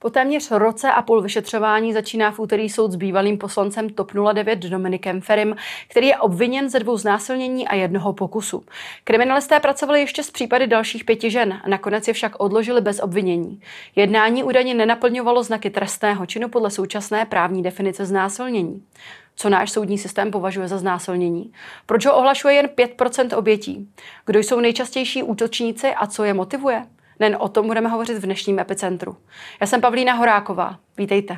Po téměř roce a půl vyšetřování začíná v úterý soud s bývalým poslancem TOP 09 Dominikem Ferim, který je obviněn ze 2 znásilnění a 1 pokusu. Kriminalisté pracovali ještě s případy dalších 5 žen, nakonec je však odložili bez obvinění. Jednání údajně nenaplňovalo znaky trestného činu podle současné právní definice znásilnění. Co náš soudní systém považuje za znásilnění? Proč ho ohlašuje jen 5% obětí? Kdo jsou nejčastější útočníci a co je motivuje? Nejen o tom budeme hovořit v dnešním Epicentru. Já jsem Pavlína Horáková. Vítejte.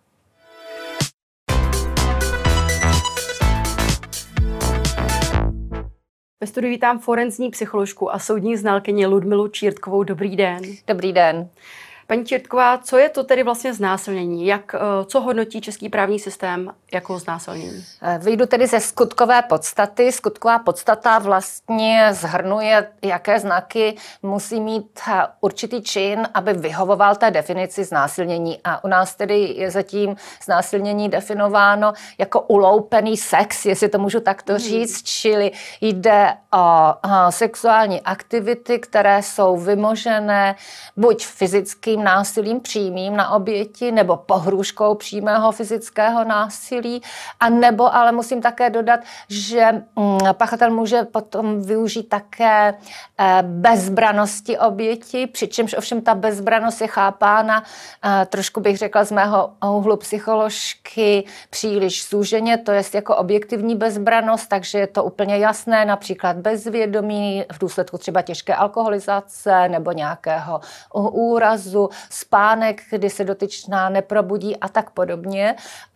Ve studiu vítám forenzní psycholožku a soudní znalkyni Ludmilu Čírtkovou. Dobrý den. Dobrý den. Paní Čírtková, co je to tedy vlastně znásilnění? Co hodnotí český právní systém jako znásilnění? Vyjdu tedy ze skutkové podstaty. Skutková podstata vlastně shrnuje, jaké znaky musí mít určitý čin, aby vyhovoval té definici znásilnění. A u nás tedy je zatím znásilnění definováno jako uloupený sex, jestli to můžu takto říct, čili jde o sexuální aktivity, které jsou vymožené buď fyzickým násilím přímým na oběti nebo pohrůžkou přímého fyzického násilí, a nebo ale musím také dodat, že pachatel může potom využít také bezbranosti oběti, přičemž ovšem ta bezbranost je chápána, trošku bych řekla z mého úhlu psycholožky, příliš zúženě, to jest jako objektivní bezbranost, takže je to úplně jasné, například bezvědomí v důsledku třeba těžké alkoholizace nebo nějakého úrazu, spánek, kdy se dotyčná neprobudí a tak podobně.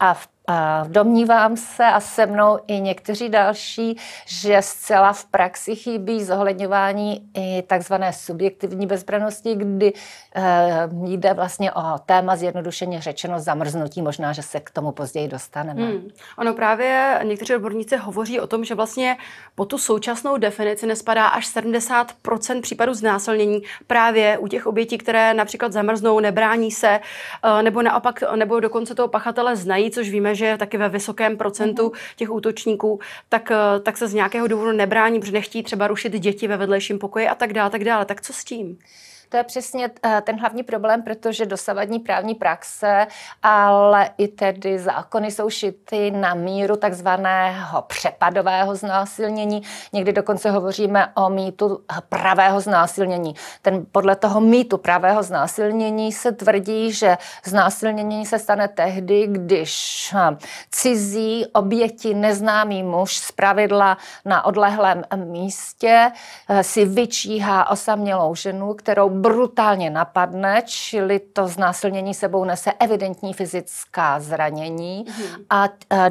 A domnívám se a se mnou i někteří další, že zcela v praxi chybí zohledňování i takzvané subjektivní bezbrannosti, kdy jde vlastně o téma zjednodušeně řečeno zamrznutí, možná, že se k tomu později dostaneme. Ono právě někteří odborníci hovoří o tom, že vlastně po tu současnou definici nespadá až 70% případů znásilnění právě u těch obětí, které například zamrznou, nebrání se, nebo naopak, nebo dokonce toho pachatele znají, což víme, že taky ve vysokém procentu těch útočníků, tak se z nějakého důvodu nebrání, protože nechtí třeba rušit děti ve vedlejším pokoji a tak dále, tak dále. Tak co s tím? To je přesně ten hlavní problém, protože dosavadní právní praxe, ale i tedy zákony jsou šity na míru takzvaného přepadového znásilnění. Někdy dokonce hovoříme o mýtu pravého znásilnění. Podle toho mýtu pravého znásilnění se tvrdí, že znásilnění se stane tehdy, když cizí oběti neznámý muž zpravidla na odlehlém místě si vyčíhá osamělou ženu, kterou brutálně napadne, čili to znásilnění sebou nese evidentní fyzická zranění a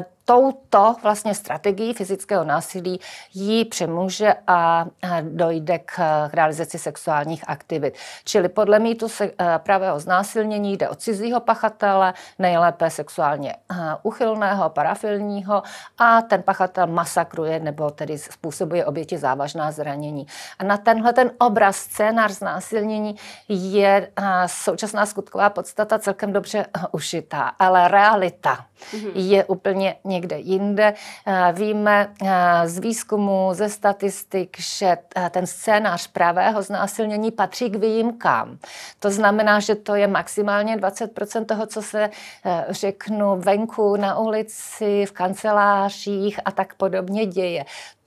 touto vlastně strategií fyzického násilí jí přemůže a dojde k realizaci sexuálních aktivit. Čili podle mýtu pravého znásilnění jde o cizího pachatele, nejlépe sexuálně uchylného, parafilního, a ten pachatel masakruje nebo tedy způsobuje oběti závažná zranění. A na tenhle ten obraz, scénář znásilnění je současná skutková podstata celkem dobře ušitá, ale realita je úplně někde jinde. Víme z výzkumu, ze statistik, že ten scénář pravého znásilnění patří k výjimkám. To znamená, že to je maximálně 20% toho, co se řeknu venku, na ulici, v kancelářích a tak podobně děje.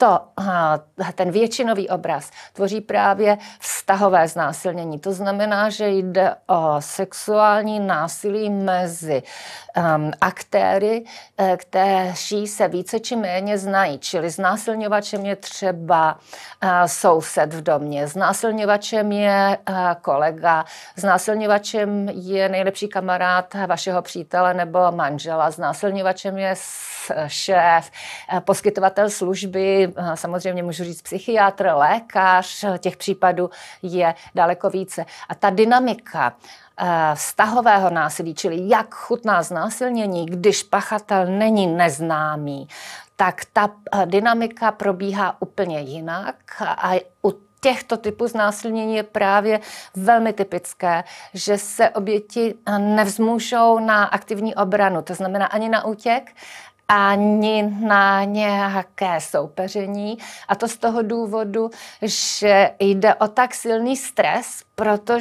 Ten většinový obraz tvoří právě vztahové znásilnění. To znamená, že jde o sexuální násilí mezi aktéry, kteří se více či méně znají. Čili znásilňovačem je třeba soused v domě, znásilňovačem je kolega, znásilňovačem je nejlepší kamarád vašeho přítele nebo manžela, znásilňovačem je šéf, poskytovatel služby, samozřejmě můžu říct psychiatr, lékař, těch případů je daleko více. A ta dynamika vztahového násilí, čili jak chutná znásilnění, když pachatel není neznámý, tak ta dynamika probíhá úplně jinak a u těchto typů znásilnění je právě velmi typické, že se oběti nevzmůžou na aktivní obranu, to znamená ani na útěk, ani na nějaké soupeření. A to z toho důvodu, že jde o tak silný stres, protože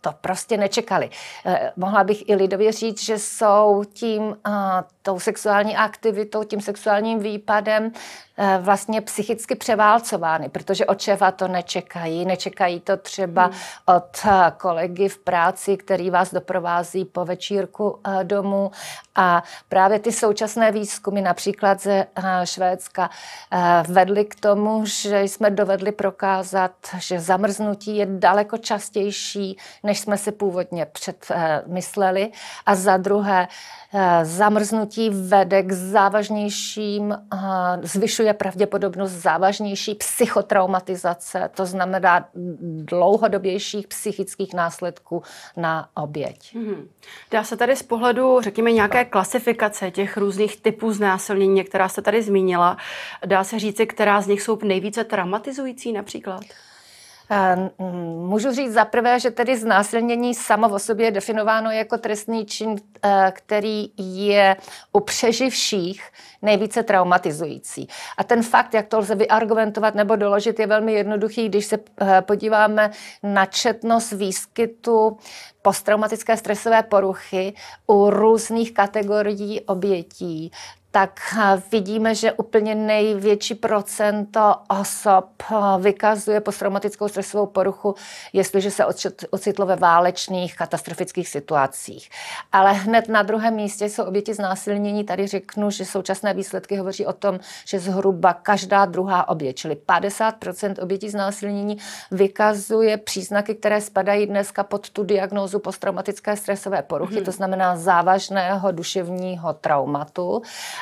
to prostě nečekali. Mohla bych i lidově říct, že jsou tou sexuální aktivitou, tím sexuálním výpadem vlastně psychicky převálcovány, protože od šéfa to nečekají to třeba od kolegy v práci, který vás doprovází po večírku domů. A právě ty současné výzkumy, například ze Švédska, vedly k tomu, že jsme dovedli prokázat, že zamrznutí je daleko častější, než jsme si původně mysleli. A za druhé, zamrznutí vede k závažnějším, zvyšuje pravděpodobnost závažnější psychotraumatizace, to znamená dlouhodobějších psychických následků na oběť. Dá se tady z pohledu, řekněme, nějaké klasifikace těch různých typů znásilnění, která jste tady zmínila, dá se říci, která z nich jsou nejvíce traumatizující například? Můžu říct zaprvé, že tedy znásilnění samo o sobě je definováno jako trestný čin, který je u přeživších nejvíce traumatizující. A ten fakt, jak to lze vyargumentovat nebo doložit, je velmi jednoduchý, když se podíváme na četnost výskytu posttraumatické stresové poruchy u různých kategorií obětí, tak vidíme, že úplně největší procento osob vykazuje posttraumatickou stresovou poruchu, jestliže se ocitlo ve válečných katastrofických situacích. Ale hned na druhém místě jsou oběti znásilnění. Tady řeknu, že současné výsledky hovoří o tom, že zhruba každá druhá oběť, čili 50% obětí znásilnění, vykazuje příznaky, které spadají dneska pod tu diagnózu posttraumatické stresové poruchy, to znamená závažného duševního traumatu.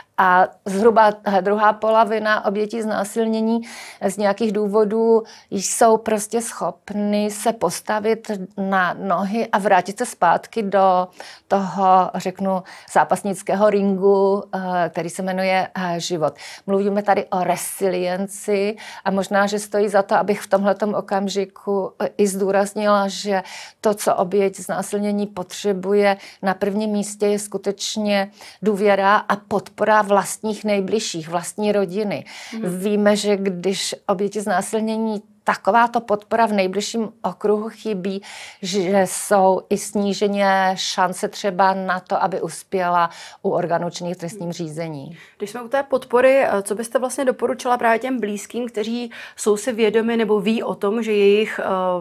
A zhruba druhá polovina obětí znásilnění z nějakých důvodů jsou prostě schopny se postavit na nohy a vrátit se zpátky do toho, řeknu, zápasnického ringu, který se jmenuje život. Mluvíme tady o resilienci a možná, že stojí za to, abych v tomhletom okamžiku i zdůraznila, že to, co oběť znásilnění potřebuje, na prvním místě je skutečně důvěra a podpora vlastních nejbližších, vlastní rodiny. Víme, že když oběti znásilnění takováto podpora v nejbližším okruhu chybí, že jsou i sníženě šance třeba na to, aby uspěla u orgánů činných v trestním řízení. Když jsme u té podpory, co byste vlastně doporučila právě těm blízkým, kteří jsou si vědomi nebo ví o tom, že jejich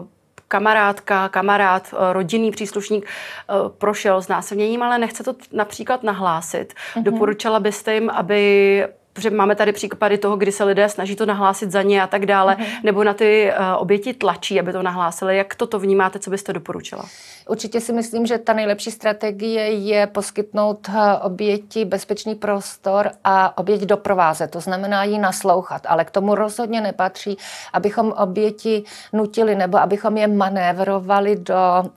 kamarádka, kamarád, rodinný příslušník prošel znásilněním, ale nechce to například nahlásit. Doporučila byste jim, protože máme tady případy toho, kdy se lidé snaží to nahlásit za ně a tak dále, nebo na ty oběti tlačí, aby to nahlásili. Jak toto vnímáte, co byste doporučila? Určitě si myslím, že ta nejlepší strategie je poskytnout oběti bezpečný prostor a oběť doprovázet. To znamená jí naslouchat, ale k tomu rozhodně nepatří, abychom oběti nutili nebo abychom je manévrovali do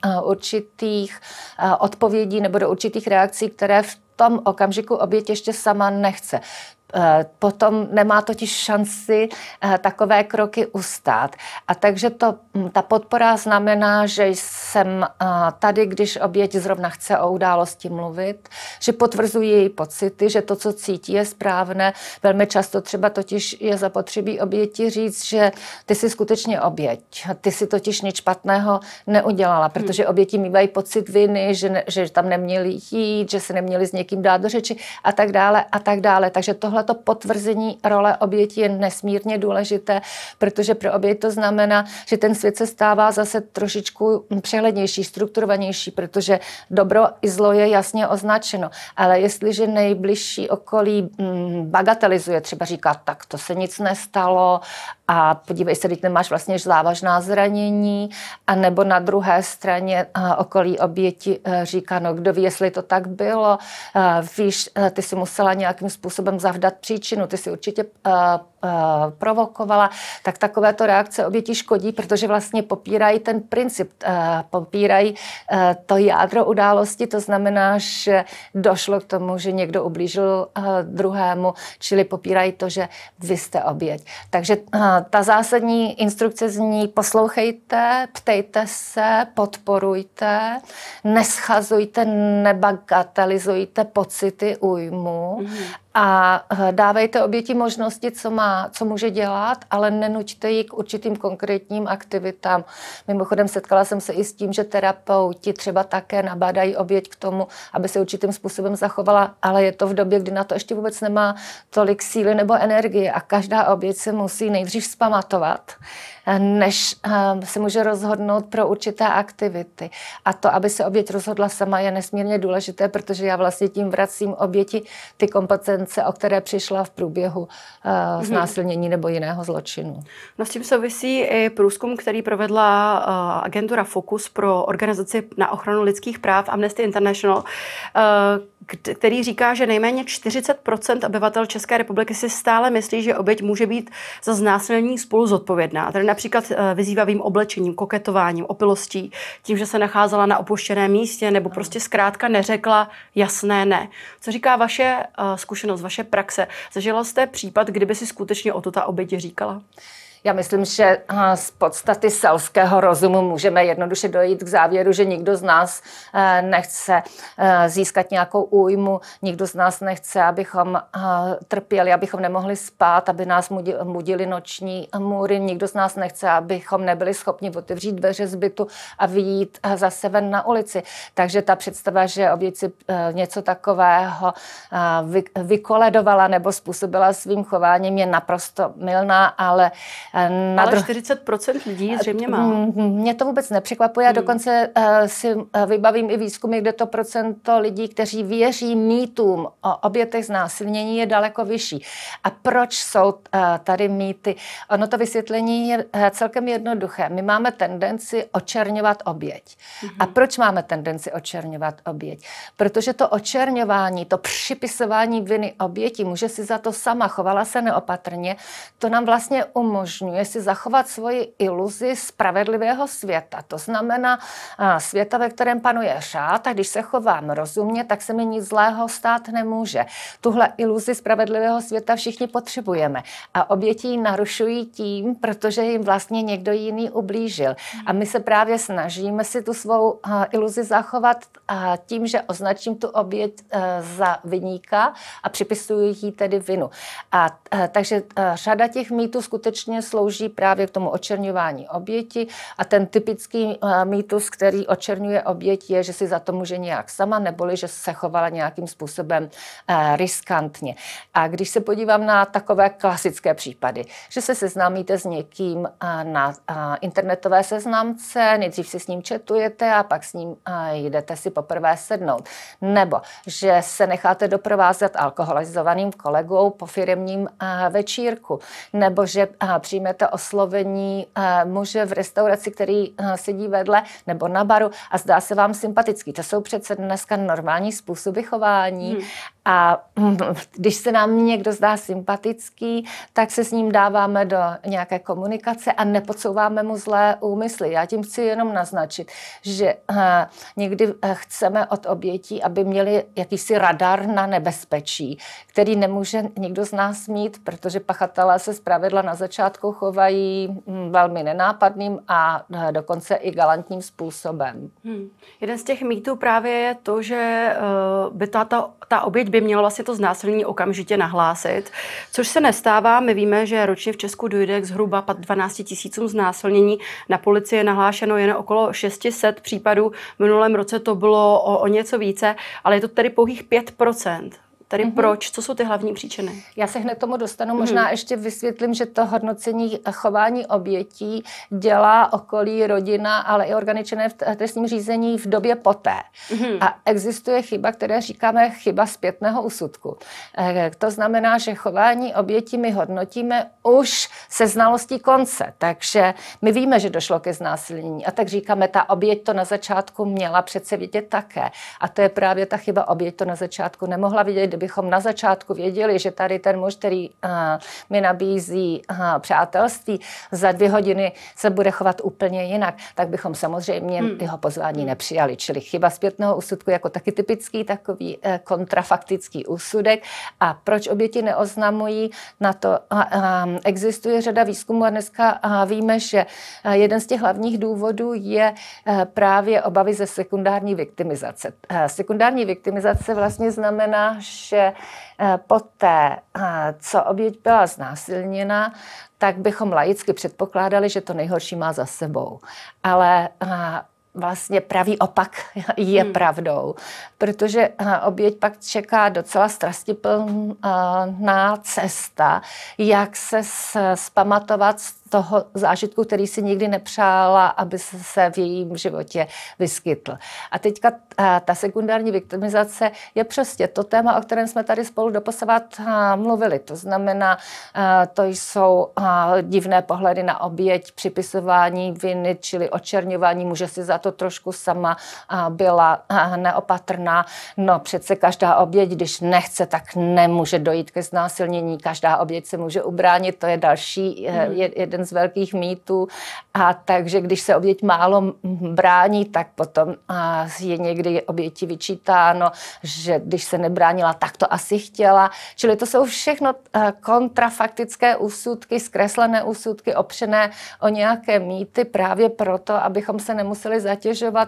určitých odpovědí nebo do určitých reakcí, které v tom okamžiku oběť ještě sama nechce. Potom nemá totiž šanci takové kroky ustát. A takže ta podpora znamená, že jsem tady, když oběť zrovna chce o události mluvit, že potvrzují její pocity, že to, co cítí, je správné. Velmi často třeba totiž je zapotřebí oběti říct, že ty jsi skutečně oběť. Ty si totiž nic špatného neudělala, protože oběti mývají pocit viny, že tam neměli jít, že se neměli s někým dát do řeči a tak dále a tak dále. Takže tohleto potvrzení role oběti je nesmírně důležité, protože pro oběť to znamená, že ten svět se stává zase trošičku přehlednější, strukturovanější, protože dobro i zlo je jasně označeno. Ale jestliže nejbližší okolí bagatelizuje, třeba říká, tak to se nic nestalo a podívej se, teď nemáš vlastně závažná zranění, a nebo na druhé straně okolí oběti říká, no kdo ví, jestli to tak bylo, víš, ty si musela nějakým způsobem zavdat příčinu, ty si určitě provokovala, tak takovéto reakce oběti škodí, protože vlastně popírají ten princip, popírají to jádro události, to znamená, že došlo k tomu, že někdo ublížil druhému, čili popírají to, že vy jste oběť. Takže ta zásadní instrukce zní: poslouchejte, ptejte se, podporujte, neschazujte, nebagatelizujte pocity újmu a dávejte oběti možnosti, co může dělat, ale nenuťte ji k určitým konkrétním aktivitám. Mimochodem setkala jsem se i s tím, že terapeuti třeba také nabádají oběť k tomu, aby se určitým způsobem zachovala, ale je to v době, kdy na to ještě vůbec nemá tolik síly nebo energie a každá oběť se musí nejdřív vzpamatovat, než se může rozhodnout pro určité aktivity. A to, aby se oběť rozhodla sama, je nesmírně důležité, protože já vlastně tím vracím oběti ty kompetence, o které přišla v průběhu znásilnění nebo jiného zločinu. No s tím souvisí i průzkum, který provedla agentura Focus pro organizaci na ochranu lidských práv Amnesty International, který říká, že nejméně 40% obyvatel České republiky si stále myslí, že oběť může být za znásilnění spolu zodpovědná. Tedy například vyzývavým oblečením, koketováním, opilostí, tím, že se nacházela na opuštěném místě nebo prostě zkrátka neřekla jasné ne. Co říká vaše zkušenost, vaše praxe? Zažila jste případ, kdyby si skutečně o to ta oběť říkala? Já myslím, že z podstaty selského rozumu můžeme jednoduše dojít k závěru, že nikdo z nás nechce získat nějakou újmu, nikdo z nás nechce, abychom trpěli, abychom nemohli spát, aby nás mudili noční můry, nikdo z nás nechce, abychom nebyli schopni otevřít dveře z bytu a vyjít zase ven na ulici. Takže ta představa, že oběť si něco takového vykoledovala nebo způsobila svým chováním, je naprosto mylná, ale 40% lidí zřejmě má. Mě to vůbec nepřekvapuje. Dokonce si vybavím i výzkumy, kde to procento lidí, kteří věří mýtům o obětech znásilnění, je daleko vyšší. A proč jsou tady mýty? Ono to vysvětlení je celkem jednoduché. My máme tendenci očerňovat oběť. A proč máme tendenci očerňovat oběť? Protože to očerňování, to připisování viny oběti, může si za to sama, chovala se neopatrně, to nám vlastně umožňuje si zachovat svoji iluzi spravedlivého světa. To znamená světa, ve kterém panuje řád a když se chovám rozumně, tak se mi nic zlého stát nemůže. Tuhle iluzi spravedlivého světa všichni potřebujeme. A oběti ji narušují tím, protože jim vlastně někdo jiný ublížil. A my se právě snažíme si tu svou iluzi zachovat tím, že označím tu oběť za viníka a připisuji jí tedy vinu. Takže řada těch mýtů skutečně slouží právě k tomu očerňování oběti a ten typický mýtus, který očerňuje oběť, je, že si za to může nějak sama, neboli že se chovala nějakým způsobem riskantně. A když se podívám na takové klasické případy, že se seznámíte s někým na internetové seznamce, nejdřív si s ním chatujete a pak s ním jdete si poprvé sednout. Nebo že se necháte doprovázet alkoholizovaným kolegou po firemním večírku. Nebo že přijmete oslovení muže v restauraci, který sedí vedle, nebo na baru a zdá se vám sympatický. To jsou přece dneska normální způsoby chování. A když se nám někdo zdá sympatický, tak se s ním dáváme do nějaké komunikace a nepodsouváme mu zlé úmysly. Já tím chci jenom naznačit, že někdy chceme od obětí, aby měli jakýsi radar na nebezpečí, který nemůže nikdo z nás mít, protože pachatelé se zpravidla na začátku chovají velmi nenápadným a dokonce i galantním způsobem. Jeden z těch mýtů právě je to, že by ta oběť by měla vlastně to znásilnění okamžitě nahlásit, což se nestává. My víme, že ročně v Česku dojde k zhruba 12 000 znásilnění. Na policii je nahlášeno jen okolo 600 případů. V minulém roce to bylo o něco více, ale je to tedy pouhých 5%. Tady proč? Co jsou ty hlavní příčiny? Já se hned tomu dostanu. Možná ještě vysvětlím, že to hodnocení chování obětí dělá okolí, rodina, ale i orgány činné v trestním řízení v době poté. A existuje chyba, které říkáme chyba zpětného úsudku. To znamená, že chování obětí my hodnotíme už se znalostí konce. Takže my víme, že došlo ke znásilnění. A tak říkáme, ta oběť to na začátku měla přece vidět také. A to je právě ta chyba, oběť to na začátku nemohla vidět. Kdybychom na začátku věděli, že tady ten muž, který mi nabízí přátelství, za 2 hodiny se bude chovat úplně jinak, tak bychom samozřejmě jeho pozvání nepřijali. Čili chyba zpětného úsudku jako taky typický takový kontrafaktický úsudek. A proč oběti neoznamují? Na to existuje řada výzkumů a dneska víme, že jeden z těch hlavních důvodů je právě obavy ze sekundární viktimizace. Sekundární viktimizace vlastně znamená, že poté, co oběť byla znásilněna, tak bychom laicky předpokládali, že to nejhorší má za sebou. Ale vlastně pravý opak je pravdou, protože oběť pak čeká docela strastiplná cesta, jak se zpamatovat z toho zážitku, který si nikdy nepřála, aby se v jejím životě vyskytl. A teďka ta sekundární viktimizace je prostě to téma, o kterém jsme tady spolu doposavat mluvili. To znamená, to jsou divné pohledy na oběť, připisování viny, čili očerňování, může si za to trošku sama, byla neopatrná. No přece každá oběť, když nechce, tak nemůže dojít ke znásilnění. Každá oběť se může ubránit, to je další jeden z velkých mýtů. A takže když se oběť málo brání, tak potom je někdy oběti vyčítáno, že když se nebránila, tak to asi chtěla. Čili to jsou všechno kontrafaktické úsudky, zkreslené úsudky, opřené o nějaké mýty právě proto, abychom se nemuseli zatěžovat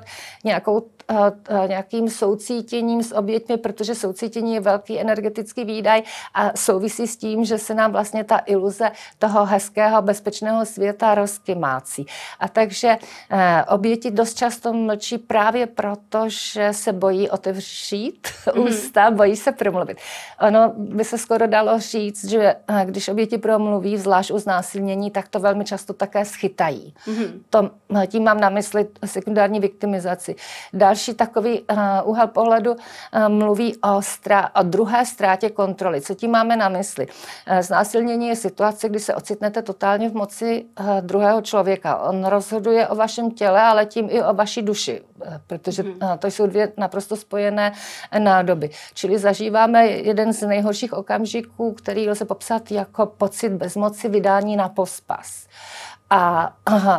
nějakým soucítěním s oběťmi, protože soucítění je velký energetický výdaj a souvisí s tím, že se nám vlastně ta iluze toho hezkého, bezpečného světa rozkymácí. A takže oběti dost často mlčí právě proto, že se bojí otevřít ústa, bojí se promluvit. Ono by se skoro dalo říct, že když oběti promluví, zvlášť u znásilnění, tak to velmi často také schytají. Tím mám na mysli sekundární viktimizaci. Další takový úhel pohledu mluví o druhé ztrátě kontroly. Co tím máme na mysli? Znásilnění je situace, kdy se ocitnete totálně v moci druhého člověka. On rozhoduje o vašem těle, ale tím i o vaší duši, protože to jsou dvě naprosto spojené nádoby. Čili zažíváme jeden z nejhorších okamžiků, který lze popsat jako pocit bezmoci, vydání na pospas. A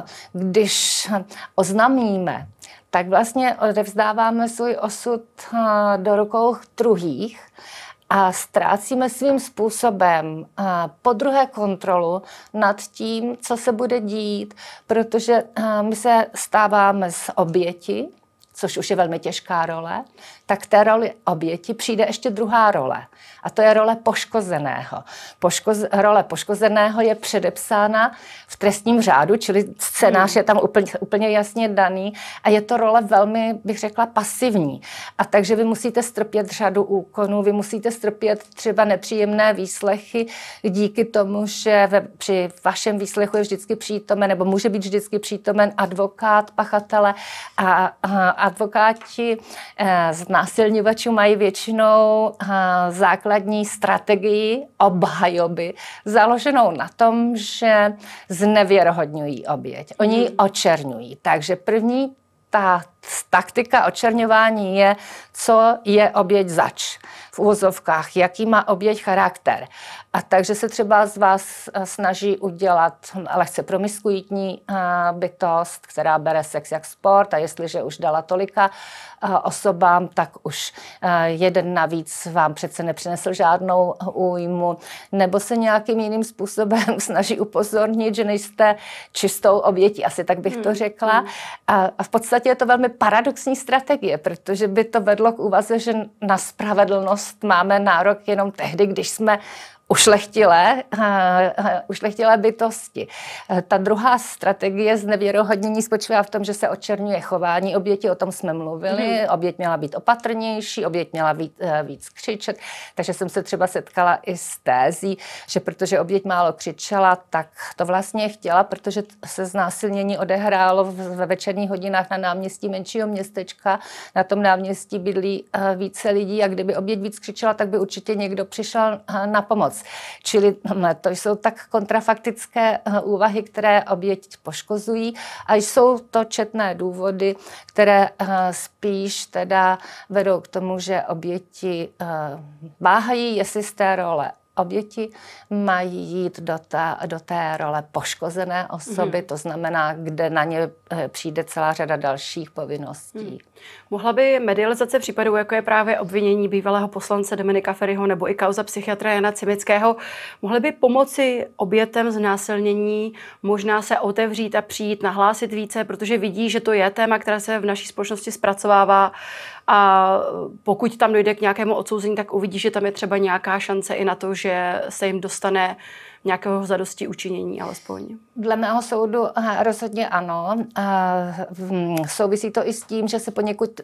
když oznámíme, tak vlastně odevzdáváme svůj osud do rukou druhých a ztrácíme svým způsobem podruhé kontrolu nad tím, co se bude dít, protože my se stáváme z oběti, což už je velmi těžká role, tak té roli oběti přijde ještě druhá role. A to je role poškozeného. Role poškozeného je předepsána v trestním řádu, čili scénář je tam úplně jasně daný a je to role velmi, bych řekla, pasivní. A takže vy musíte strpět řadu úkonů, vy musíte strpět třeba nepříjemné výslechy díky tomu, že při vašem výslechu je vždycky přítomen, nebo může být vždycky přítomen advokát pachatele a advokáti znásilňovačů mají většinou základní strategii obhajoby založenou na tom, že znevěrohodňují oběť. Oni ji očerňují. Takže první ta taktika očerňování je, co je oběť zač v uvozovkách, jaký má oběť charakter. A takže se třeba z vás snaží udělat lehce promiskuitní bytost, která bere sex jak sport, a jestliže už dala tolika osobám, tak už jeden navíc vám přece nepřinesl žádnou újmu, nebo se nějakým jiným způsobem snaží upozornit, že nejste čistou obětí, asi tak bych to řekla. A v podstatě je to velmi paradoxní strategie, protože by to vedlo k úvaze, že na spravedlnost máme nárok jenom tehdy, když jsme ušlechtilé bytosti. Ta druhá strategie znevěrohodnění spočívá v tom, že se očerňuje chování oběti, o tom jsme mluvili, oběť měla být opatrnější, oběť měla víc křičet, takže jsem se třeba setkala i s tezí, že protože oběť málo křičela, tak to vlastně chtěla, protože se znásilnění odehrálo ve večerních hodinách na náměstí menšího městečka, na tom náměstí bydlí více lidí a kdyby oběť víc křičela, tak by určitě někdo přišel na pomoc. Čili to jsou tak kontrafaktické úvahy, které oběť poškozují a jsou to četné důvody, které spíš teda vedou k tomu, že oběti váhají, jestli z té role oběti mají jít do té role poškozené osoby, to znamená, kde na ně přijde celá řada dalších povinností. Mohla by medializace případů, jako je právě obvinění bývalého poslance Dominika Feriho nebo i kauza psychiatra Jana Cimického, mohly by pomoci obětem znásilnění možná se otevřít a přijít, nahlásit více, protože vidí, že to je téma, které se v naší společnosti zpracovává a pokud tam dojde k nějakému odsouzení, tak uvidí, že tam je třeba nějaká šance i na to, že se jim dostane nějakého zadosti učinění alespoň. Dle mého soudu rozhodně ano. Souvisí to i s tím, že se poněkud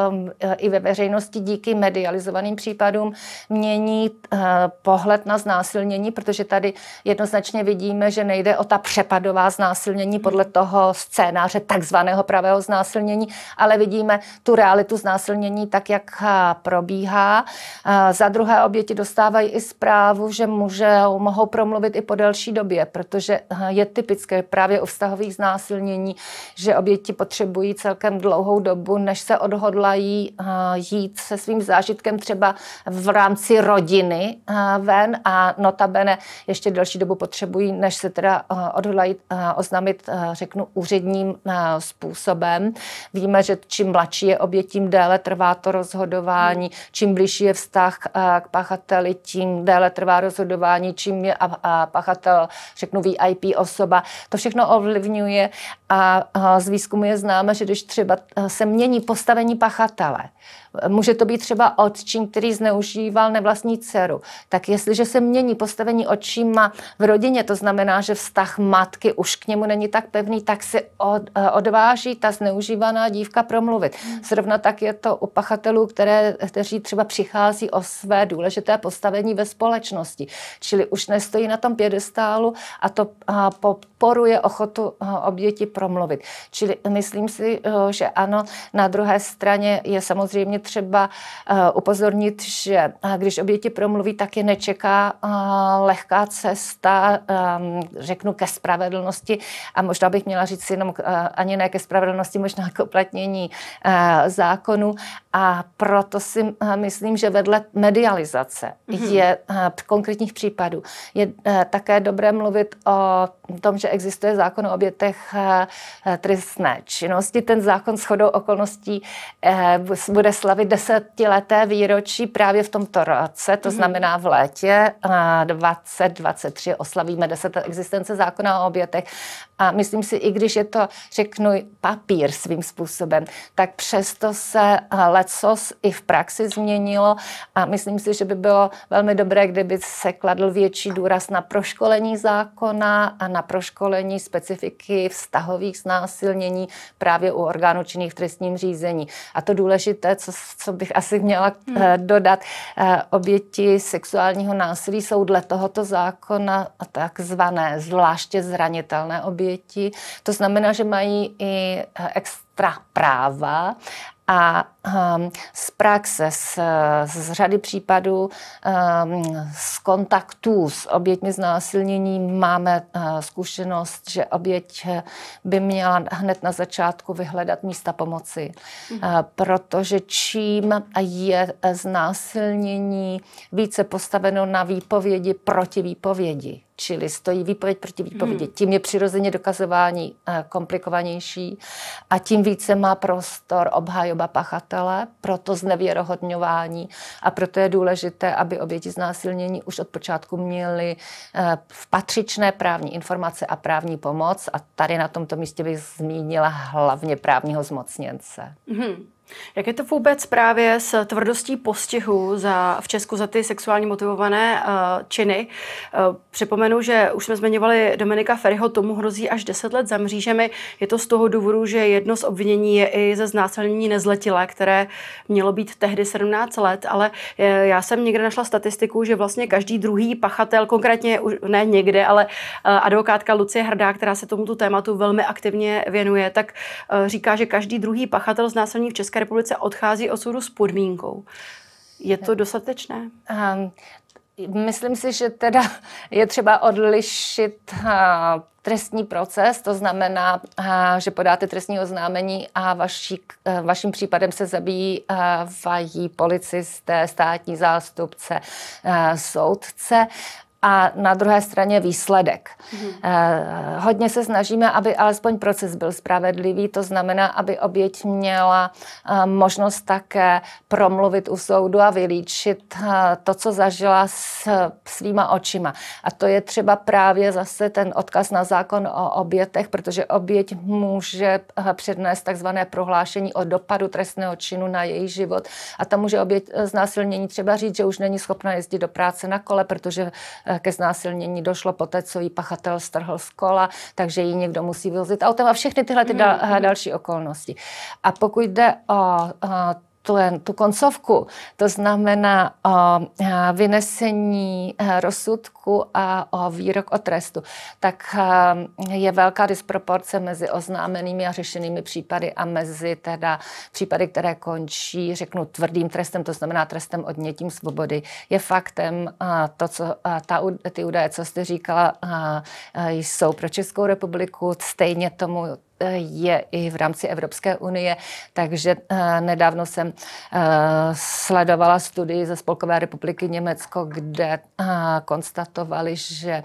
i ve veřejnosti díky medializovaným případům mění pohled na znásilnění, protože tady jednoznačně vidíme, že nejde o ta přepadová znásilnění podle toho scénáře takzvaného pravého znásilnění, ale vidíme tu realitu znásilnění tak, jak probíhá. Za druhé oběti dostávají i zprávu, že mohou promluvit i po delší době, protože je typické právě u vztahových znásilnění, že oběti potřebují celkem dlouhou dobu, než se odhodlají jít se svým zážitkem třeba v rámci rodiny ven a notabene ještě delší dobu potřebují, než se teda odhodlají oznámit, řeknu, úředním způsobem. Víme, že čím mladší je oběť, tím déle trvá to rozhodování, čím blížší je vztah k pachateli, tím déle trvá rozhodování, čím je pachatel, řeknu, VIP osoba. To všechno ovlivňuje a z výzkumu je známe, že když třeba se mění postavení pachatele, může to být třeba otčín, který zneužíval nevlastní dceru, tak jestliže se mění postavení otčíma v rodině, to znamená, že vztah matky už k němu není tak pevný, tak se odváží ta zneužívaná dívka promluvit. Zrovna tak je to u pachatelů, kteří třeba přichází o své důležité postavení ve společnosti. Čili už nestojí na tom pědestálu a to podporuje ochotu oběti promluvit. Čili myslím si, že ano, na druhé straně je samozřejmě třeba upozornit, že když oběti promluví, tak je nečeká lehká cesta, řeknu, ke spravedlnosti a možná bych měla říct jenom ani ne ke spravedlnosti, možná k uplatnění zákonu a proto si myslím, že vedle medializace je konkrétních případů je také dobré mluvit o tom, že existuje zákon o obětech trestné činnosti. Ten zákon shodou okolností bude slavit 10leté výročí právě v tomto roce, to znamená v létě 2023 oslavíme 10 let existence zákona o obětech. A myslím si, i když je to, řeknu, papír svým způsobem, tak přesto se lecos i v praxi změnilo a myslím si, že by bylo velmi dobré, kdyby se kladl větší důraz na proškolení zákona a na proškolení specifiky vztahových znásilnění právě u orgánů činných v trestním řízení. A to důležité, co bych asi měla dodat, oběti sexuálního násilí jsou dle tohoto zákona takzvané zvláště zranitelné oběti. To znamená, že mají i extra práva a z praxe, z řady případů, z kontaktů s oběťmi znásilnění máme zkušenost, že oběť by měla hned na začátku vyhledat místa pomoci, protože čím je znásilnění více postaveno na výpovědi proti výpovědi, čili stojí výpověď proti výpovědi, tím je přirozeně dokazování komplikovanější a tím více má prostor obhajoba pachatele, proto znevěrohodňování a proto je důležité, aby oběti znásilnění už od počátku měly patřičné právní informace a právní pomoc a tady na tomto místě bych zmínila hlavně právního zmocněnce. Jak je to vůbec právě s tvrdostí postihu v Česku za ty sexuálně motivované činy? Připomenu, že už jsme zmiňovali Dominika Feriho, tomu hrozí až 10 let za mřížemi. Je to z toho důvodu, že jedno z obvinění je i ze znásilnění nezletilé, které mělo být tehdy 17 let, ale já jsem někde našla statistiku, že vlastně každý druhý pachatel, konkrétně ne někde, ale advokátka Lucie Hrdá, která se tomuto tématu velmi aktivně věnuje, tak říká, že každý druhý pachatel znásilnění v České republice odchází od soudu s podmínkou. Je to dostatečné? Myslím si, že teda je třeba odlišit trestní proces, to znamená, že podáte trestní oznámení a vaším případem se zabývají policisté, státní zástupce, soudce. a na druhé straně výsledek. Hodně se snažíme, aby alespoň proces byl spravedlivý, to znamená, aby oběť měla možnost také promluvit u soudu a vylíčit to, co zažila svýma očima. A to je třeba právě zase ten odkaz na zákon o obětech, protože oběť může přednést takzvané prohlášení o dopadu trestného činu na její život a tam může oběť znásilnění třeba říct, že už není schopna jezdit do práce na kole, protože ke znásilnění došlo poté, co jí pachatel strhl z kola, takže ji někdo musí vozit autem a všechny tyhle další okolnosti. A pokud jde o tu koncovku, to znamená o vynesení rozsudku a o výrok o trestu, tak je velká disproporce mezi oznámenými a řešenými případy a mezi teda případy, které končí, řeknu, tvrdým trestem, to znamená trestem odnětím svobody. Je faktem to, co ty údaje, co jste říkala, jsou pro Českou republiku, stejně tomu je i v rámci Evropské unie, takže nedávno jsem sledovala studii ze Spolkové republiky Německo, kde konstatovali, že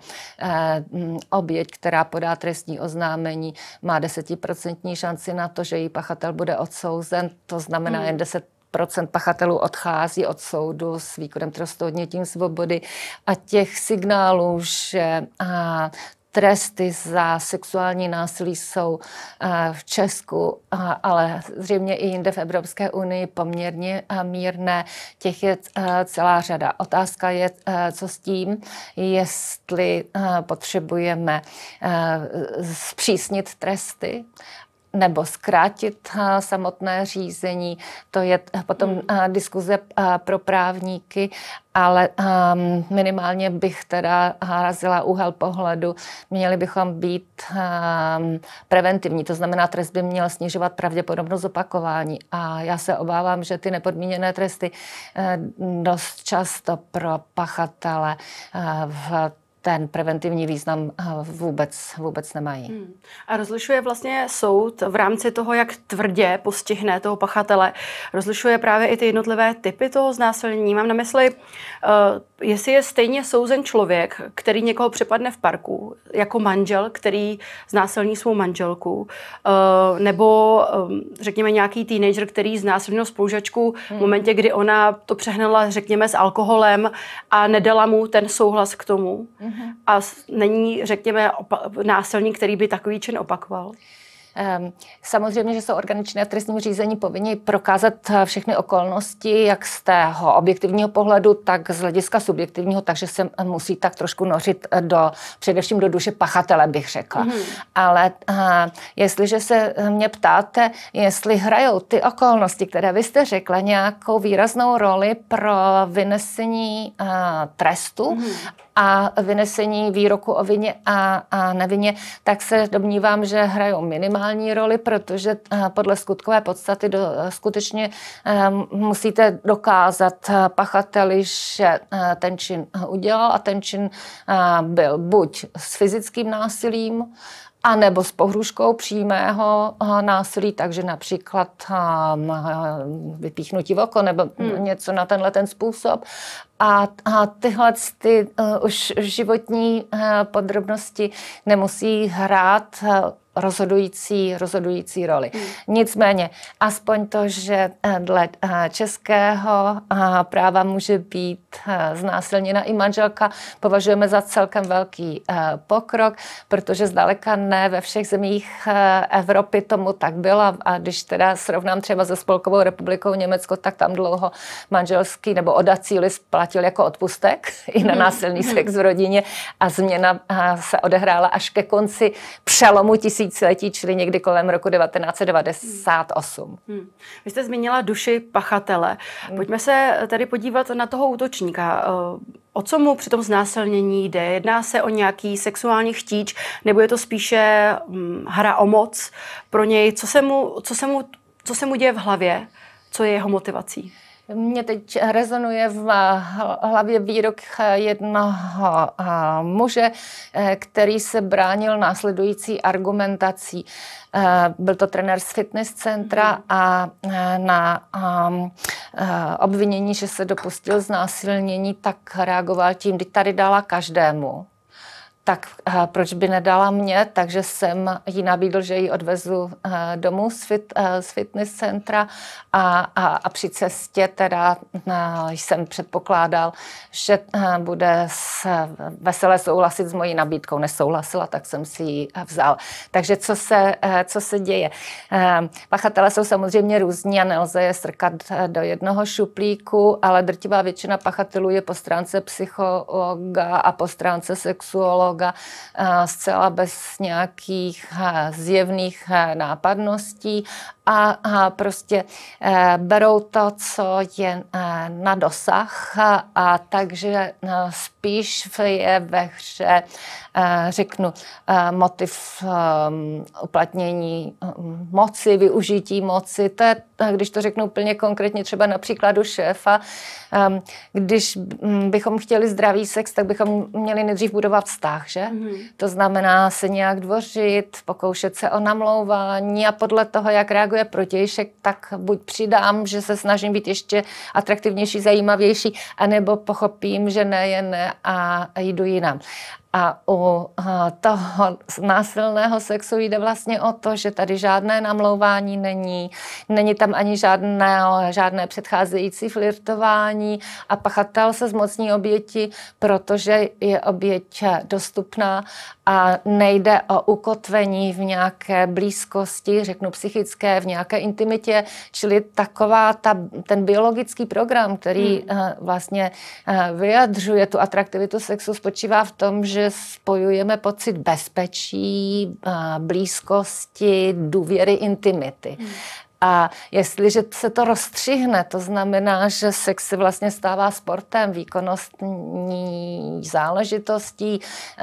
oběť, která podá trestní oznámení, má 10% šanci na to, že její pachatel bude odsouzen, to znamená jen 10% pachatelů odchází od soudu s výkonem trestu odnětím svobody a těch signálů, že tresty za sexuální násilí jsou v Česku, ale zřejmě i jinde v Evropské unii poměrně mírné. Těch je celá řada. Otázka je, co s tím, jestli potřebujeme zpřísnit tresty nebo zkrátit samotné řízení. To je potom diskuze pro právníky, ale minimálně bych teda razila úhel pohledu. Měli bychom být preventivní, to znamená, trest by měl snižovat pravděpodobnost opakování. A já se obávám, že ty nepodmíněné tresty dost často pro pachatele ten preventivní význam vůbec nemají. A rozlišuje vlastně soud v rámci toho, jak tvrdě postihne toho pachatele, rozlišuje právě i ty jednotlivé typy toho znásilnění. Mám na mysli, jestli je stejně souzen člověk, který někoho přepadne v parku, jako manžel, který znásilní svou manželku, nebo řekněme nějaký teenager, který znásilnil spolužačku v momentě, kdy ona to přehnala, řekněme, s alkoholem a nedala mu ten souhlas k tomu. A není, řekněme, násilník, který by takový čin opakoval? Samozřejmě, že jsou orgány činné v trestním řízení povinni prokázat všechny okolnosti, jak z tého objektivního pohledu, tak z hlediska subjektivního, takže se musí tak trošku nořit především do duše pachatele, bych řekla. Ale jestliže se mě ptáte, jestli hrajou ty okolnosti, které vy jste řekla, nějakou výraznou roli pro vynesení trestu a vynesení výroku o vině a nevině, tak se domnívám, že hrajou minimální roli, protože podle skutkové podstaty skutečně musíte dokázat pachateli, že ten čin udělal a ten čin byl buď s fyzickým násilím, a nebo s pohrůžkou přímého násilí, takže například vypíchnutí v oko nebo něco na tenhle ten způsob. A tyhle už životní podrobnosti nemusí hrát rozhodující roli. Nicméně, aspoň to, že dle českého práva může být znásilněna i manželka, považujeme za celkem velký pokrok, protože zdaleka ne ve všech zemích Evropy tomu tak bylo. A když teda srovnám třeba se Spolkovou republikou Německo, tak tam dlouho manželský nebo odací list platil jako odpustek i na násilný sex v rodině a změna se odehrála až ke konci přelomu tisíciletí, čili někdy kolem roku 1998. Vy jste zmínila duši pachatele. Pojďme se tady podívat na toho útočníka. O co mu při tom znásilnění jde? Jedná se o nějaký sexuální chtíč, nebo je to spíše hra o moc pro něj? Co se mu děje v hlavě? Co je jeho motivací? Mně teď rezonuje v hlavě výrok jednoho muže, který se bránil následující argumentací. Byl to trenér z fitness centra a na obvinění, že se dopustil znásilnění, tak reagoval tím, když tady dala každému. Tak proč by nedala mě, takže jsem jí nabídl, že ji odvezu domů z fitness centra a při cestě teda jsem předpokládal, že bude veselé souhlasit s mojí nabídkou. Nesouhlasila, tak jsem si ji vzal. Takže co se děje? Pachatelé jsou samozřejmě různí a nelze je strkat do jednoho šuplíku, ale drtivá většina pachatelů je po stránce psychologa a po stránce sexuologa zcela bez nějakých zjevných nápadností a prostě berou to, co je na dosah a takže spíš je ve hře, řeknu, motiv uplatnění moci, využití moci. To je, když to řeknu úplně konkrétně, třeba na příkladu šéfa, když bychom chtěli zdravý sex, tak bychom měli nejdřív budovat vztah, že? To znamená se nějak dvořit, pokoušet se o namlouvání a podle toho, jak reaguje protějšek, tak buď přidám, že se snažím být ještě atraktivnější, zajímavější, anebo pochopím, že ne je ne a jdu jinam. A u toho násilného sexu jde vlastně o to, že tady žádné namlouvání není tam ani žádné předcházející flirtování a pachatel se zmocní oběti, protože je oběť dostupná a nejde o ukotvení v nějaké blízkosti, řeknu psychické, v nějaké intimitě, čili ten biologický program, který vlastně vyjadřuje tu atraktivitu sexu, spočívá v tom, že spojujeme pocit bezpečí, blízkosti, důvěry, intimity. A jestliže se to rozstřihne, to znamená, že sex se vlastně stává sportem, výkonnostní záležitostí,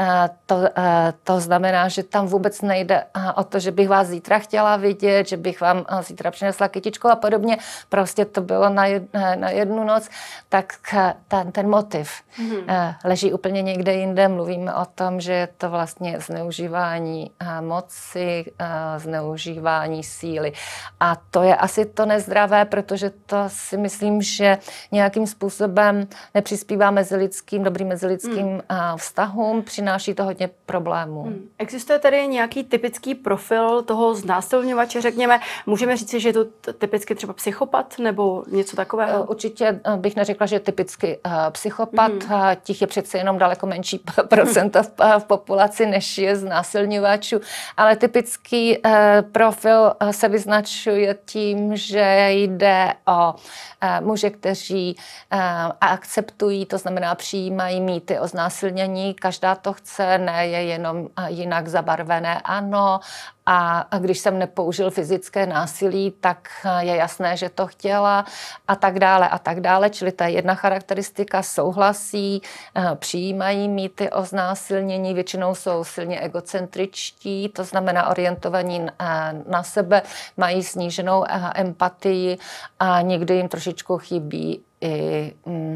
to znamená, že tam vůbec nejde o to, že bych vás zítra chtěla vidět, že bych vám zítra přinesla kytičku a podobně, prostě to bylo na jednu noc, tak ten motiv leží úplně někde jinde. Mluvíme o tom, že je to vlastně zneužívání moci, zneužívání síly. A to je asi to nezdravé, protože to si myslím, že nějakým způsobem nepřispívá dobrým mezilidským vztahům, přináší to hodně problémů. Existuje tady nějaký typický profil toho znásilňovače, řekněme? Můžeme říct, že je to typicky třeba psychopat nebo něco takového? Určitě bych neřekla, že je typicky psychopat. Těch je přece jenom daleko menší procento v populaci, než je znásilňovačů. Ale typický profil se vyznačuje tím, že jde o muže, kteří akceptují, to znamená přijímají mýty o znásilnění. Každá to chce, ne je jenom jinak zabarvené, ano. A když jsem nepoužil fyzické násilí, tak je jasné, že to chtěla a tak dále a tak dále. Čili ta jedna charakteristika, souhlasí, přijímají mýty o znásilnění, většinou jsou silně egocentričtí, to znamená orientovaní na sebe, mají sníženou empatii a někdy jim trošičku chybí i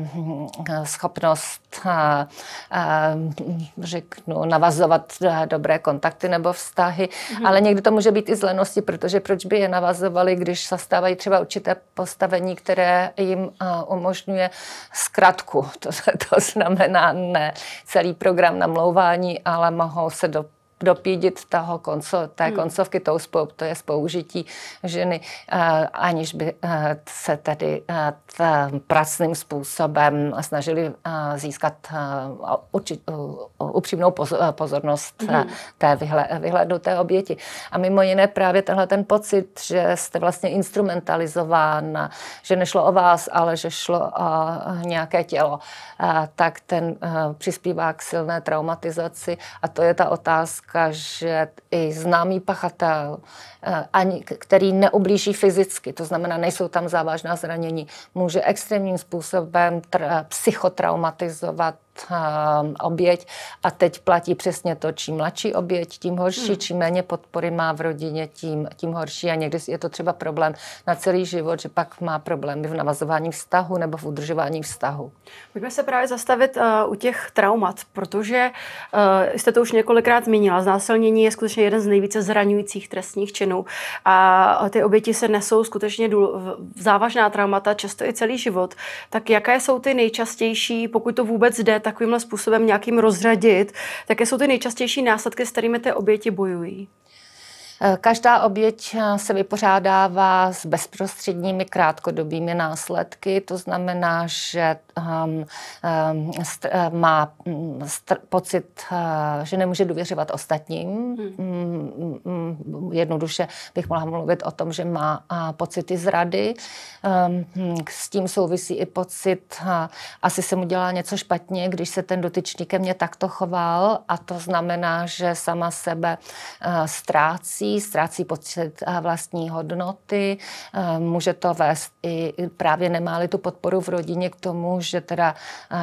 schopnost, řeknu, navazovat dobré kontakty nebo vztahy, ale někdy to může být i z lenosti, protože proč by je navazovali, když zastávají třeba určité postavení, které jim umožňuje zkratku. To znamená ne celý program namlouvání, ale mohou se dopídit té koncovky, to je z použití ženy, aniž by se tedy pracným způsobem snažili získat upřímnou pozornost té vyhlédnuté oběti. A mimo jiné právě ten pocit, že jste vlastně instrumentalizována, že nešlo o vás, ale že šlo o nějaké tělo, tak ten přispívá k silné traumatizaci a to je ta otázka, že i známý pachatel, který neublíží fyzicky, to znamená, nejsou tam závažná zranění, může extrémním způsobem psychotraumatizovat oběť a teď platí přesně to, čím mladší oběť, tím horší, čím méně podpory má v rodině, tím horší a někdy je to třeba problém na celý život, že pak má problémy v navazování vztahu nebo v udržování vztahu. Pojďme se právě zastavit u těch traumat, protože jste to už několikrát zmínila, znásilnění je skutečně jeden z nejvíce zraňujících trestních činů a ty oběti se nesou skutečně závažná traumata, často i celý život. Tak jaké jsou ty nejčastější, pokud to vůbec jde takovýmhle způsobem nějakým rozřadit, jaké jsou ty nejčastější následky, s kterými ty oběti bojují? Každá oběť se vypořádává s bezprostředními krátkodobými následky, to znamená, že má pocit, že nemůže důvěřovat ostatním. Jednoduše bych mohla mluvit o tom, že má pocity zrady. S tím souvisí i pocit, asi se mu dělá něco špatně, když se ten dotyčný ke mně takto choval, a to znamená, že sama sebe ztrácí pocit vlastní hodnoty. Může to vést i právě nemá-li tu podporu v rodině k tomu, že teda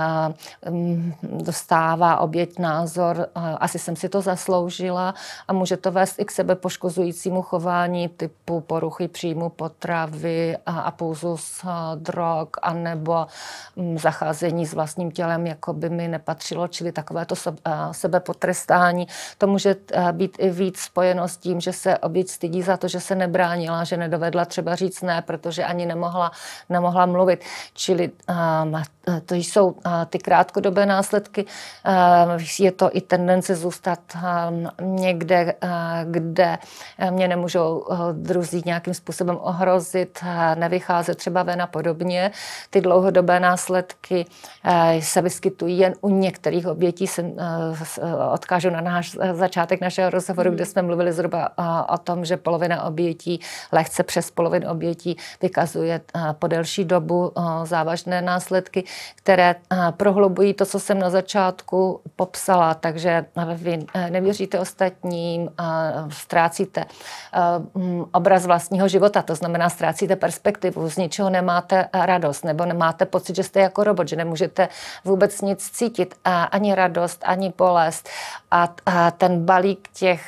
dostává oběť názor, asi jsem si to zasloužila, a může to vést i k sebepoškozujícímu chování typu poruchy příjmu potravy a pulzus drog, anebo zacházení s vlastním tělem, jako by mi nepatřilo, čili takovéto sebepotrestání. To může být i víc spojeno s tím, že se oběť stydí za to, že se nebránila, že nedovedla třeba říct ne, protože ani nemohla mluvit. Čili to jsou ty krátkodobé následky. Je to i tendence zůstat někde, kde mě nemůžou druzí nějakým způsobem ohrozit, nevycházet třeba ven a podobně. Ty dlouhodobé následky se vyskytují jen u některých obětí. Odkážu na náš začátek našeho rozhovoru, kde jsme mluvili zhruba o tom, že polovina obětí, lehce přes polovinu obětí vykazuje po delší dobu závažné následky, které prohlubují to, co jsem na začátku popsala. Takže vy nevěříte ostatním, ztrácíte obraz vlastního života, to znamená ztrácíte perspektivu, z ničeho nemáte radost, nebo nemáte pocit, že jste jako robot, že nemůžete vůbec nic cítit, ani radost, ani bolest. A ten balík těch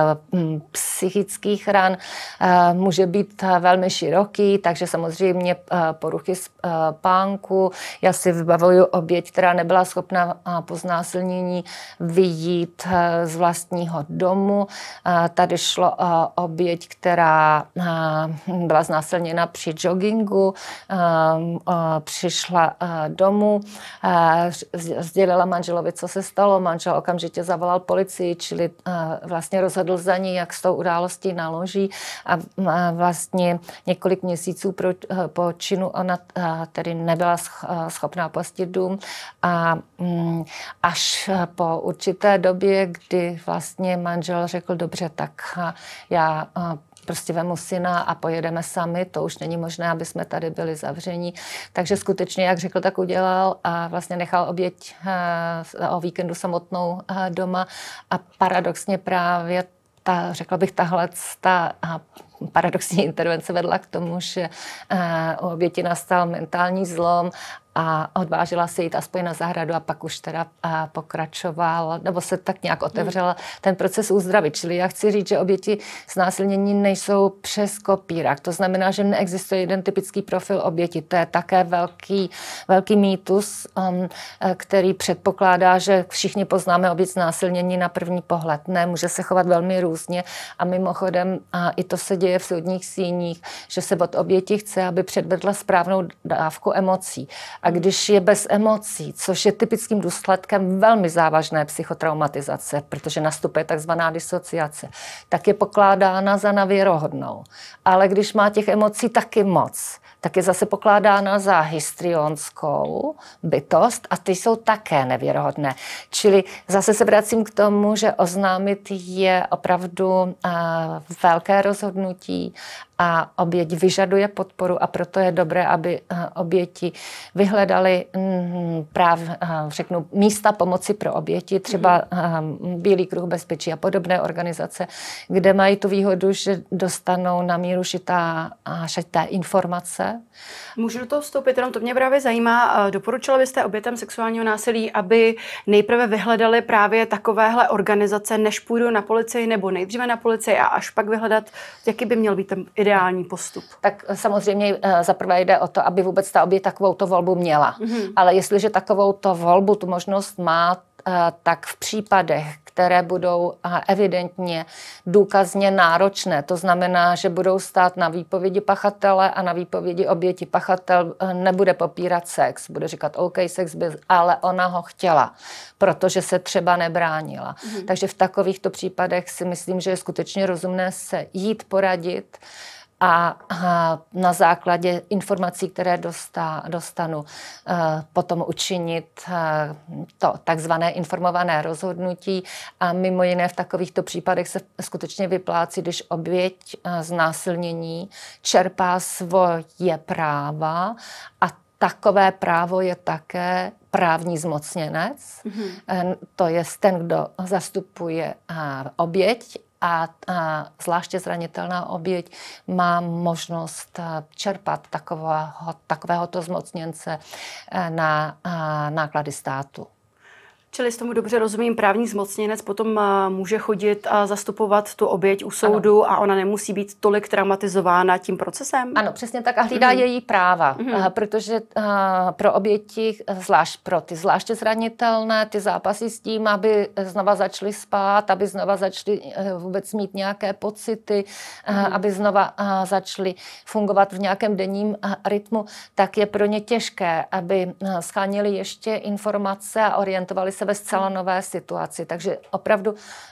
psychických ran může být velmi široký, takže samozřejmě poruchy spánku. Já si vybavuju oběť, která nebyla schopna po znásilnění vyjít z vlastního domu. Tady šlo o oběť, která byla znásilněna při joggingu, přišla domů, sdělila manželovi, co se stalo. Manžel okamžitě zavolal policii, čili vlastně rozhodl za ní, jak s tou událostí naloží, a vlastně několik měsíců po činu ona tedy nebyla schopná opustit dům, a až po určité době, kdy vlastně manžel řekl, dobře, tak já prostě vemu syna a pojedeme sami, to už není možné, aby jsme tady byli zavření. Takže skutečně, jak řekl, tak udělal a vlastně nechal oběť o víkendu samotnou doma, a paradoxně právě řekla bych, tahle paradoxní intervence vedla k tomu, že u oběti nastal mentální zlom a odvážila se jít aspoň na zahradu, a pak už teda pokračoval, nebo se tak nějak otevřela ten proces úzdravy. Čili já chci říct, že oběti znásilnění nejsou přes kopírák. To znamená, že neexistuje jeden typický profil oběti. To je také velký mýtus, který předpokládá, že všichni poznáme oběť znásilnění na první pohled. Ne, může se chovat velmi různě, a mimochodem i to se děje v soudních síních, že se od oběti chce, aby předvedla správnou dávku emocí. A když je bez emocí, což je typickým důsledkem velmi závažné psychotraumatizace, protože nastupuje takzvaná disociace, tak je pokládána za nevěrohodnou. Ale když má těch emocí taky moc, tak je zase pokládána za histrionskou bytost, a ty jsou také nevěrohodné. Čili zase se vracím k tomu, že oznámit je opravdu velké rozhodnutí, a oběť vyžaduje podporu a proto je dobré, aby oběti vyhledali místa pomoci pro oběti, třeba Bílý kruh bezpečí a podobné organizace, kde mají tu výhodu, že dostanou na míru šité informace. Můžu do toho vstoupit, jenom to mě právě zajímá. Doporučila byste obětem sexuálního násilí, aby nejprve vyhledali právě takovéhle organizace, než půjdou na policii, nebo nejdříve na policii a až pak vyhledat, jaký by měl být ten ideální postup? Tak samozřejmě zaprvé jde o to, aby vůbec ta oběť takovouto volbu měla. Ale jestliže takovouto volbu, tu možnost má, tak v případech, které budou evidentně důkazně náročné, to znamená, že budou stát na výpovědi pachatele a na výpovědi oběti. Pachatel nebude popírat sex, bude říkat OK, sex byl, ale ona ho chtěla, protože se třeba nebránila. Takže v takovýchto případech si myslím, že je skutečně rozumné se jít poradit a na základě informací, které dostanu, potom učinit to takzvané informované rozhodnutí. A mimo jiné v takovýchto případech se skutečně vyplácí, když oběť znásilnění čerpá svoje práva a takové právo je také právní zmocněnec. To je ten, kdo zastupuje oběť, a zvláště zranitelná oběť má možnost čerpat takovéhoto zmocněnce na náklady státu. Čili s tomu dobře rozumím, právní zmocněnec potom může chodit a zastupovat tu oběť u soudu, ano. A ona nemusí být tolik traumatizována tím procesem? Ano, přesně tak a hlídá její práva, protože pro oběti, zvlášť pro ty zvláště zranitelné, ty zápasy s tím, aby znova začaly spát, aby znova začaly vůbec mít nějaké pocity, aby znova začaly fungovat v nějakém denním rytmu, tak je pro ně těžké, aby shánili ještě informace a orientovali se ve zcela nové situaci. Takže opravdu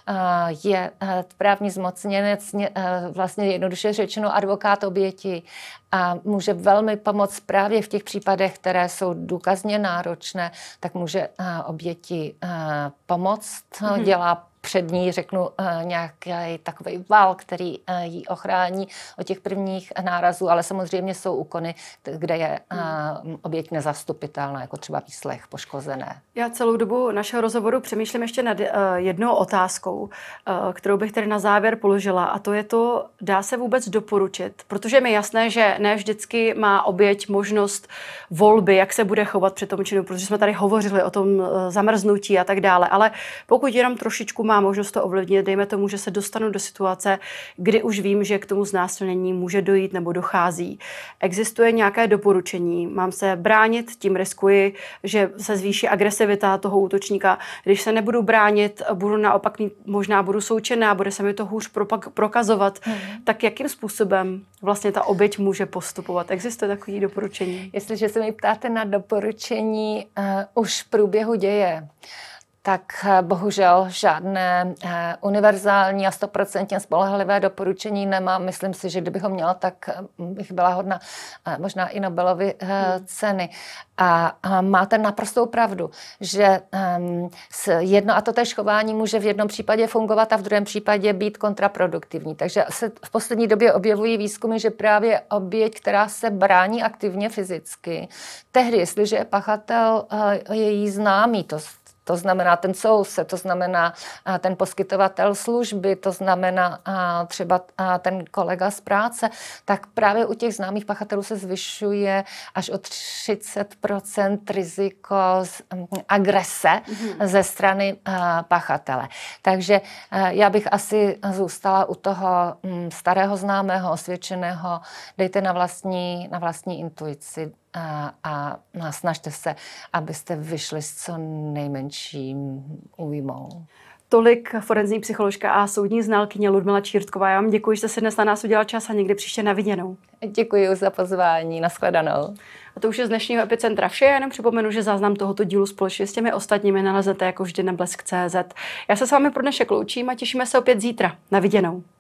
je právní zmocněnec vlastně jednoduše řečeno advokát oběti a může velmi pomoct právě v těch případech, které jsou důkazně náročné, tak může oběti pomoct, dělá před ní, řeknu, nějaký takový val, který ji ochrání od těch prvních nárazů, ale samozřejmě jsou úkony, kde je oběť nezastupitelná, jako třeba výslech poškozené. Já celou dobu našeho rozhovoru přemýšlím ještě nad jednou otázkou, kterou bych tady na závěr položila, a to je to, dá se vůbec doporučit, protože je mi jasné, že ne vždycky má oběť možnost volby, jak se bude chovat při tom činu, protože jsme tady hovořili o tom zamrznutí a tak dále, ale pokud jenom trošičku má možnost to ovlivnit, dejme tomu, že se dostanu do situace, kdy už vím, že k tomu znásilnění může dojít nebo dochází. Existuje nějaké doporučení? Mám se bránit, tím riskuji, že se zvýší agresivita toho útočníka. Když se nebudu bránit, budu naopak možná budu součinná, bude se mi to hůř prokazovat. Tak jakým způsobem vlastně ta oběť může postupovat? Existuje takové doporučení? Jestliže se mi ptáte na doporučení už v průběhu děje, tak bohužel žádné univerzální a 100% spolehlivé doporučení nemám. Myslím si, že kdybych ho měla, tak bych byla hodna možná i Nobelovy ceny. A máte naprostou pravdu, že jedno a totéž chování může v jednom případě fungovat a v druhém případě být kontraproduktivní. Takže se v poslední době objevují výzkumy, že právě oběť, která se brání aktivně fyzicky, tehdy, jestliže je pachatel její známý, to znamená ten soused, to znamená ten poskytovatel služby, to znamená třeba ten kolega z práce, tak právě u těch známých pachatelů se zvyšuje až o 30% riziko agrese ze strany pachatele. Takže já bych asi zůstala u toho starého známého, osvědčeného, dejte na vlastní intuici a snažte se, abyste vyšli s co nejmenším újmou. Tolik forenzní psycholožka a soudní znalkyně Ludmila Čírtková. Já vám děkuji, že jste si dnes na nás udělal čas a někdy příště na viděnou. Děkuji za pozvání, nashledanou. A to už je z dnešního Epicentra vše, jenom připomenu, že záznam tohoto dílu společně s těmi ostatními nalezete jako vždy na blesk.cz. Já se s vámi pro dnešek loučím a těšíme se opět zítra. Na viděnou.